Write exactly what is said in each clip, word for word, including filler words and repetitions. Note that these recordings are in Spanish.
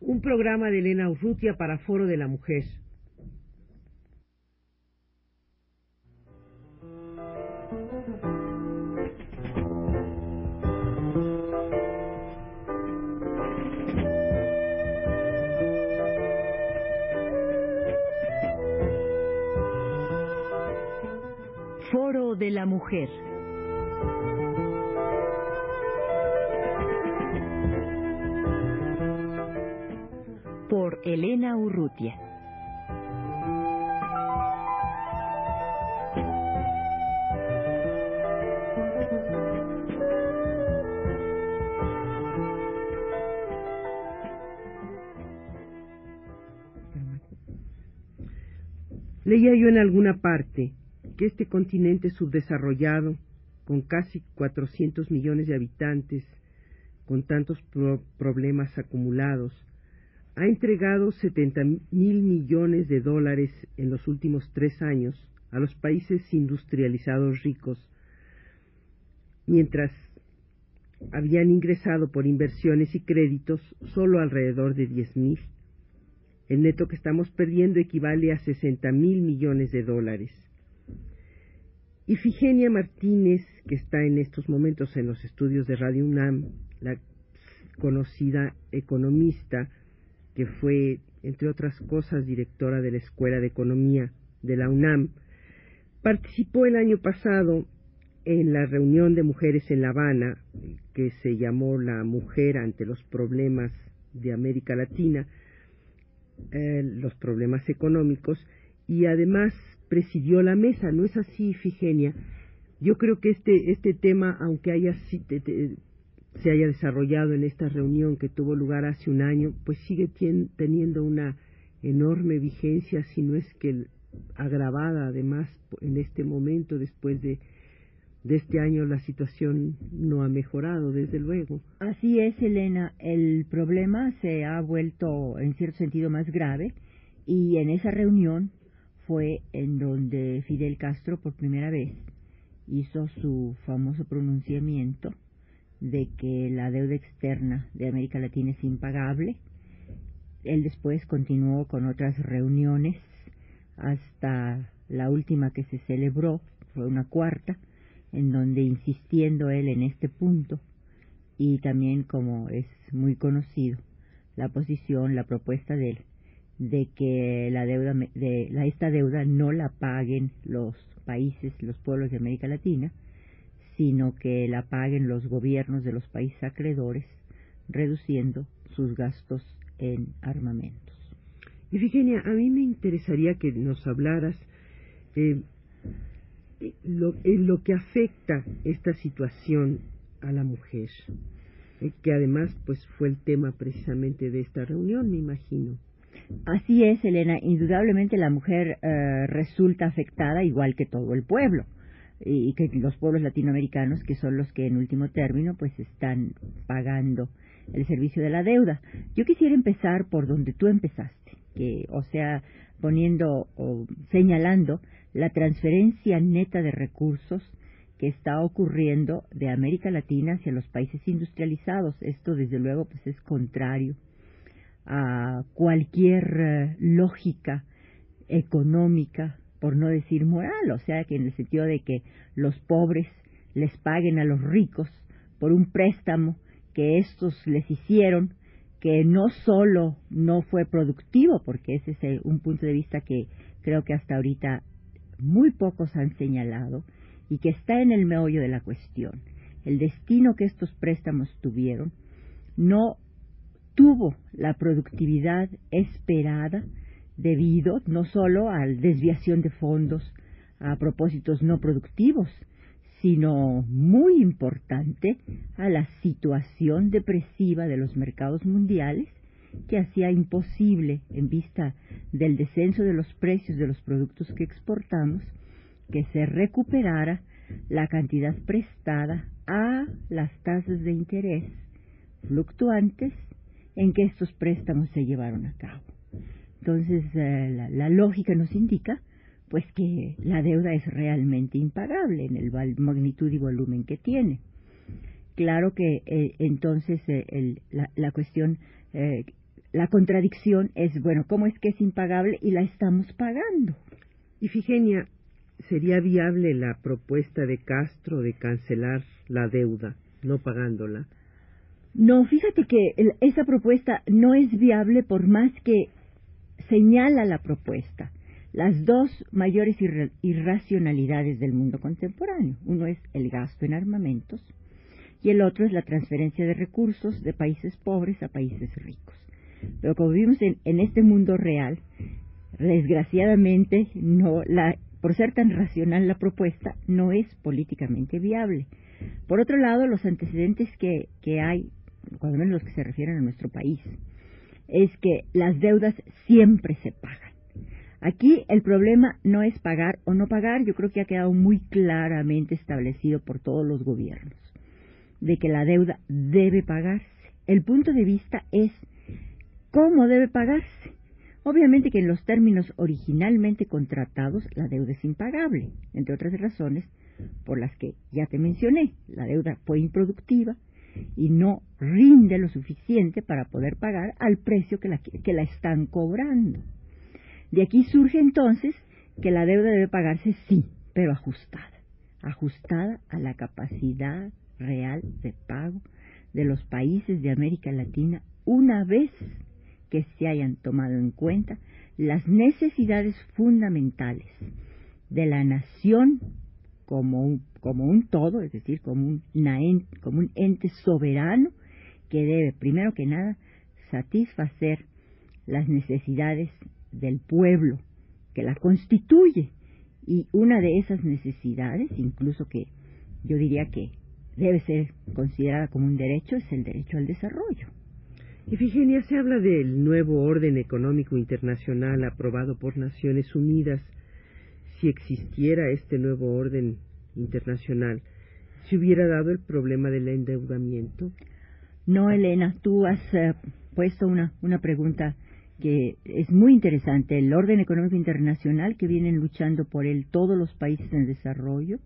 un programa de Elena Urrutia para Foro de la Mujer. Foro de la Mujer. Por Elena Urrutia. Leía yo en alguna parte que este continente subdesarrollado, con casi cuatrocientos millones de habitantes, con tantos pro problemas acumulados, ha entregado setenta mil millones de dólares en los últimos tres años a los países industrializados ricos, mientras habían ingresado por inversiones y créditos solo alrededor de diez mil. El neto que estamos perdiendo equivale a sesenta mil millones de dólares. Ifigenia Martínez, que está en estos momentos en los estudios de Radio UNAM, la conocida economista, que fue, entre otras cosas, directora de la Escuela de Economía de la UNAM, participó el año pasado en la reunión de mujeres en La Habana, que se llamó La Mujer ante los Problemas de América Latina, eh, los problemas económicos, y además presidió la mesa. ¿No es así, Ifigenia? Yo creo que este este tema, aunque haya se haya desarrollado en esta reunión que tuvo lugar hace un año, pues sigue tien, teniendo una enorme vigencia, si no es que agravada además en este momento. Después de, de este año la situación no ha mejorado, desde luego. Así es, Elena, el problema se ha vuelto en cierto sentido más grave, y en esa reunión fue en donde Fidel Castro por primera vez hizo su famoso pronunciamiento de que la deuda externa de América Latina es impagable. Él después continuó con otras reuniones hasta la última que se celebró, fue una cuarta, en donde, insistiendo él en este punto, y también, como es muy conocido, la posición, la propuesta de él, de que la deuda, de la, esta deuda no la paguen los países, los pueblos de América Latina, sino que la paguen los gobiernos de los países acreedores, reduciendo sus gastos en armamentos. Y Ifigenia, a mí me interesaría que nos hablaras eh, lo, en lo que afecta esta situación a la mujer, eh, que además pues fue el tema precisamente de esta reunión, me imagino. Así es, Elena, indudablemente la mujer eh, resulta afectada igual que todo el pueblo, y que los pueblos latinoamericanos, que son los que en último término pues están pagando el servicio de la deuda. Yo quisiera empezar por donde tú empezaste, que, o sea, poniendo o señalando la transferencia neta de recursos que está ocurriendo de América Latina hacia los países industrializados. Esto, desde luego, pues es contrario a cualquier uh, lógica económica, por no decir moral, o sea, que en el sentido de que los pobres les paguen a los ricos por un préstamo que estos les hicieron, que no solo no fue productivo, porque ese es un punto de vista que creo que hasta ahorita muy pocos han señalado, y que está en el meollo de la cuestión. El destino que estos préstamos tuvieron no tuvo la productividad esperada, debido no solo a la desviación de fondos a propósitos no productivos, sino, muy importante, a la situación depresiva de los mercados mundiales, que hacía imposible, en vista del descenso de los precios de los productos que exportamos, que se recuperara la cantidad prestada a las tasas de interés fluctuantes en que estos préstamos se llevaron a cabo. Entonces, eh, la, la lógica nos indica pues que la deuda es realmente impagable en el magnitud y volumen que tiene. Claro que eh, entonces eh, el, la, la cuestión eh, la contradicción es, bueno, ¿cómo es que es impagable y la estamos pagando? Ifigenia, ¿sería viable la propuesta de Castro de cancelar la deuda, no pagándola? No, fíjate que el, esa propuesta no es viable por más que señala la propuesta las dos mayores irra- irracionalidades del mundo contemporáneo. Uno es el gasto en armamentos y el otro es la transferencia de recursos de países pobres a países ricos. Pero como vivimos en, en este mundo real, desgraciadamente, no la, por ser tan racional la propuesta, no es políticamente viable. Por otro lado, los antecedentes que, que hay, cuando menos los que se refieren a nuestro país, es que las deudas siempre se pagan. Aquí el problema no es pagar o no pagar, yo creo que ha quedado muy claramente establecido por todos los gobiernos, de que la deuda debe pagarse. El punto de vista es cómo debe pagarse. Obviamente que en los términos originalmente contratados la deuda es impagable, entre otras razones por las que ya te mencioné. La deuda fue improductiva y no rinde lo suficiente para poder pagar al precio que la, que la están cobrando. De aquí surge entonces que la deuda debe pagarse sí, pero ajustada, ajustada a la capacidad real de pago de los países de América Latina una vez que se hayan tomado en cuenta las necesidades fundamentales de la nación como un, como un todo, es decir, como un, una en, como un ente soberano que debe, primero que nada, satisfacer las necesidades del pueblo que la constituye. Y una de esas necesidades, incluso que yo diría que debe ser considerada como un derecho, es el derecho al desarrollo. Ifigenia, se habla del nuevo orden económico internacional aprobado por Naciones Unidas. Si existiera este nuevo orden internacional, ¿se hubiera dado el problema del endeudamiento? No, Elena, tú has uh, puesto una, una pregunta que es muy interesante. El orden económico internacional, que vienen luchando por él todos los países en desarrollo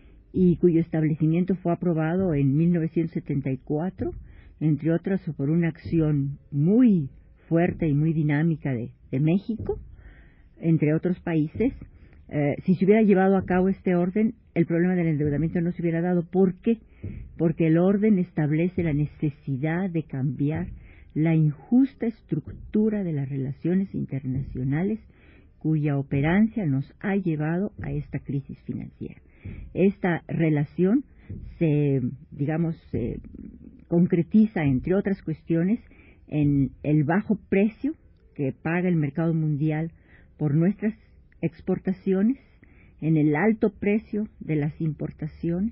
y cuyo establecimiento fue aprobado en mil novecientos setenta y cuatro, entre otras por una acción muy fuerte y muy dinámica de, de México, entre otros países. Eh, si se hubiera llevado a cabo este orden, el problema del endeudamiento no se hubiera dado. ¿Por qué? Porque el orden establece la necesidad de cambiar la injusta estructura de las relaciones internacionales cuya operancia nos ha llevado a esta crisis financiera. Esta relación se, digamos, se concretiza, entre otras cuestiones, en el bajo precio que paga el mercado mundial por nuestras exportaciones, en el alto precio de las importaciones,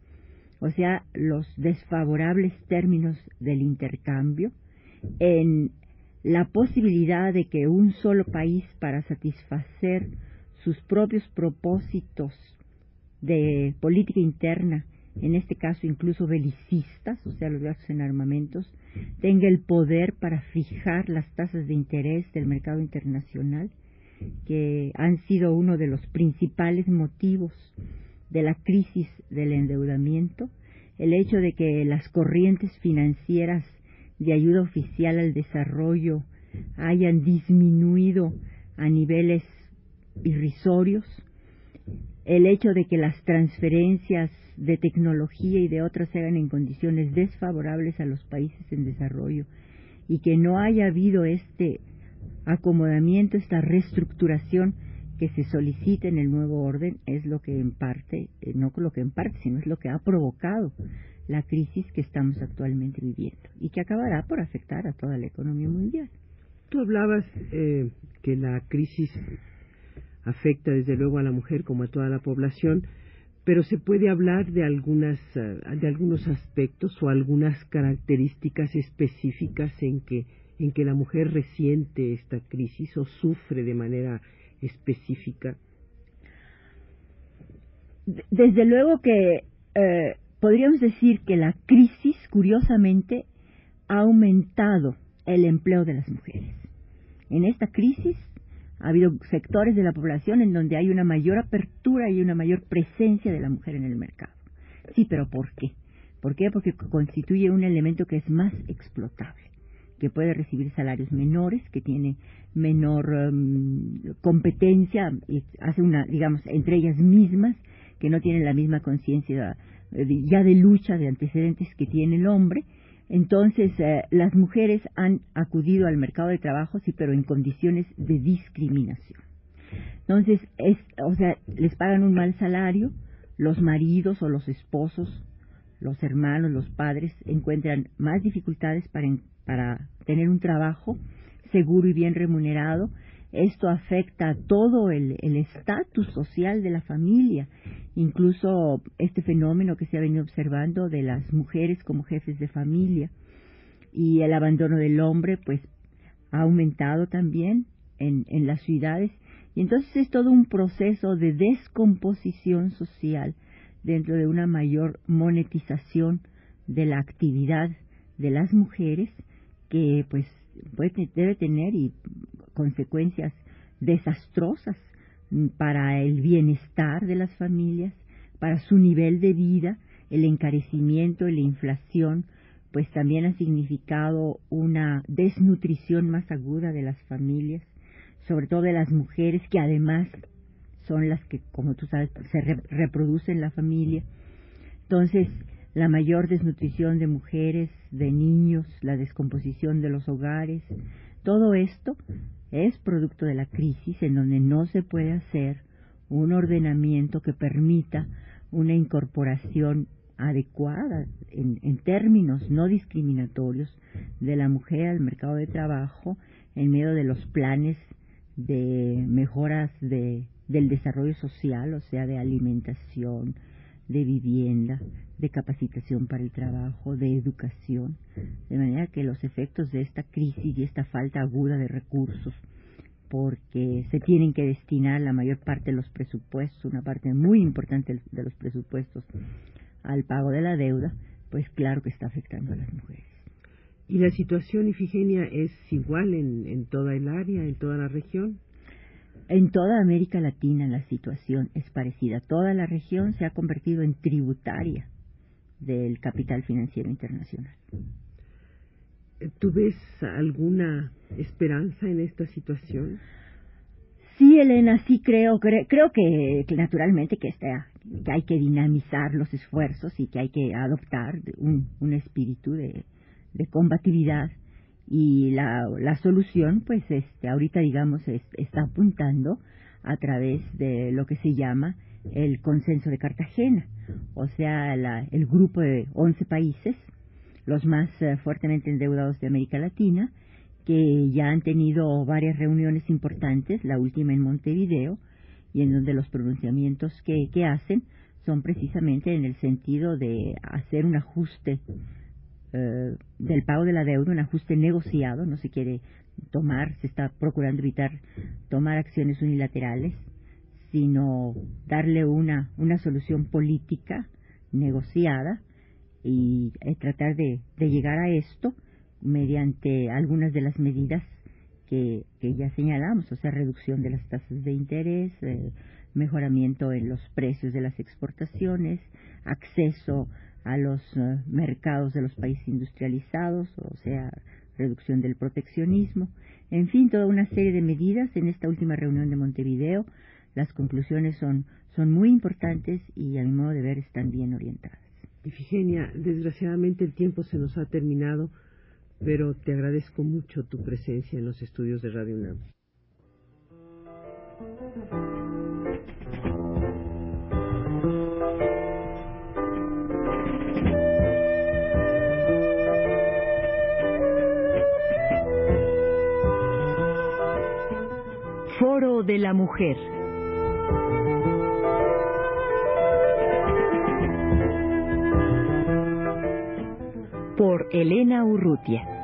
o sea, los desfavorables términos del intercambio, en la posibilidad de que un solo país, para satisfacer sus propios propósitos de política interna, en este caso incluso belicistas, o sea, los gastos en armamentos, tenga el poder para fijar las tasas de interés del mercado internacional, que han sido uno de los principales motivos de la crisis del endeudamiento, el hecho de que las corrientes financieras de ayuda oficial al desarrollo hayan disminuido a niveles irrisorios, el hecho de que las transferencias de tecnología y de otras se hagan en condiciones desfavorables a los países en desarrollo y que no haya habido este acomodamiento, esta reestructuración que se solicita en el nuevo orden, es lo que en parte, eh, no lo que en parte, sino es lo que ha provocado la crisis que estamos actualmente viviendo y que acabará por afectar a toda la economía mundial. Tú hablabas eh, que la crisis afecta desde luego a la mujer como a toda la población, pero se puede hablar de algunas uh, de algunos aspectos o algunas características específicas en que en que la mujer resiente esta crisis o sufre de manera específica. Desde luego que eh, podríamos decir que la crisis, curiosamente, ha aumentado el empleo de las mujeres. En esta crisis ha habido sectores de la población en donde hay una mayor apertura y una mayor presencia de la mujer en el mercado. Sí, pero ¿por qué? ¿Por qué? Porque constituye un elemento que es más explotable. que puede recibir salarios menores, que tiene menor um, competencia, y hace una, digamos, entre ellas mismas, que no tienen la misma conciencia eh, ya de lucha, de antecedentes que tiene el hombre. Entonces, eh, las mujeres han acudido al mercado de trabajo, sí, pero en condiciones de discriminación. Entonces, es, o sea, les pagan un mal salario, los maridos o los esposos, los hermanos, los padres encuentran más dificultades para, para tener un trabajo seguro y bien remunerado. Esto afecta a todo el estatus social de la familia, incluso este fenómeno que se ha venido observando de las mujeres como jefes de familia, y el abandono del hombre pues ha aumentado también en, en las ciudades, y entonces es todo un proceso de descomposición social dentro de una mayor monetización de la actividad de las mujeres, que pues puede, debe tener y consecuencias desastrosas para el bienestar de las familias, para su nivel de vida. El encarecimiento y la inflación pues también ha significado una desnutrición más aguda de las familias, sobre todo de las mujeres, que además son las que, como tú sabes, se re reproducen la familia. Entonces, la mayor desnutrición de mujeres, de niños, la descomposición de los hogares, todo esto es producto de la crisis, en donde no se puede hacer un ordenamiento que permita una incorporación adecuada, en, en términos no discriminatorios, de la mujer al mercado de trabajo, en medio de los planes de mejoras de, del desarrollo social, o sea, de alimentación, de vivienda, de capacitación para el trabajo, de educación, de manera que los efectos de esta crisis y esta falta aguda de recursos, porque se tienen que destinar la mayor parte de los presupuestos, una parte muy importante de los presupuestos, al pago de la deuda, pues claro que está afectando a las mujeres. ¿Y la situación, Ifigenia, es igual en, en toda el área, en toda la región? En toda América Latina la situación es parecida. Toda la región se ha convertido en tributaria del capital financiero internacional. ¿Tú ves alguna esperanza en esta situación? Sí, Elena, sí creo, cre creo que, que naturalmente que, está, que hay que dinamizar los esfuerzos y que hay que adoptar un, un espíritu de, de combatividad, y la, la solución pues este ahorita digamos es, está apuntando a través de lo que se llama el Consenso de Cartagena, o sea, la, el grupo de once países, los más uh, fuertemente endeudados de América Latina, que ya han tenido varias reuniones importantes, la última en Montevideo, y en donde los pronunciamientos que, que hacen son precisamente en el sentido de hacer un ajuste eh, del pago de la deuda, un ajuste negociado. No se quiere tomar, se está procurando evitar tomar acciones unilaterales, sino darle una, una solución política negociada, y eh, tratar de, de llegar a esto mediante algunas de las medidas que, que ya señalamos, o sea, reducción de las tasas de interés, eh, mejoramiento en los precios de las exportaciones, acceso a los uh, mercados de los países industrializados, o sea, reducción del proteccionismo, en fin, toda una serie de medidas. En esta última reunión de Montevideo, las conclusiones son, son muy importantes y a mi modo de ver están bien orientadas. Ifigenia, desgraciadamente el tiempo se nos ha terminado, pero te agradezco mucho tu presencia en los estudios de Radio UNAM. Foro de la Mujer. Por Elena Urrutia.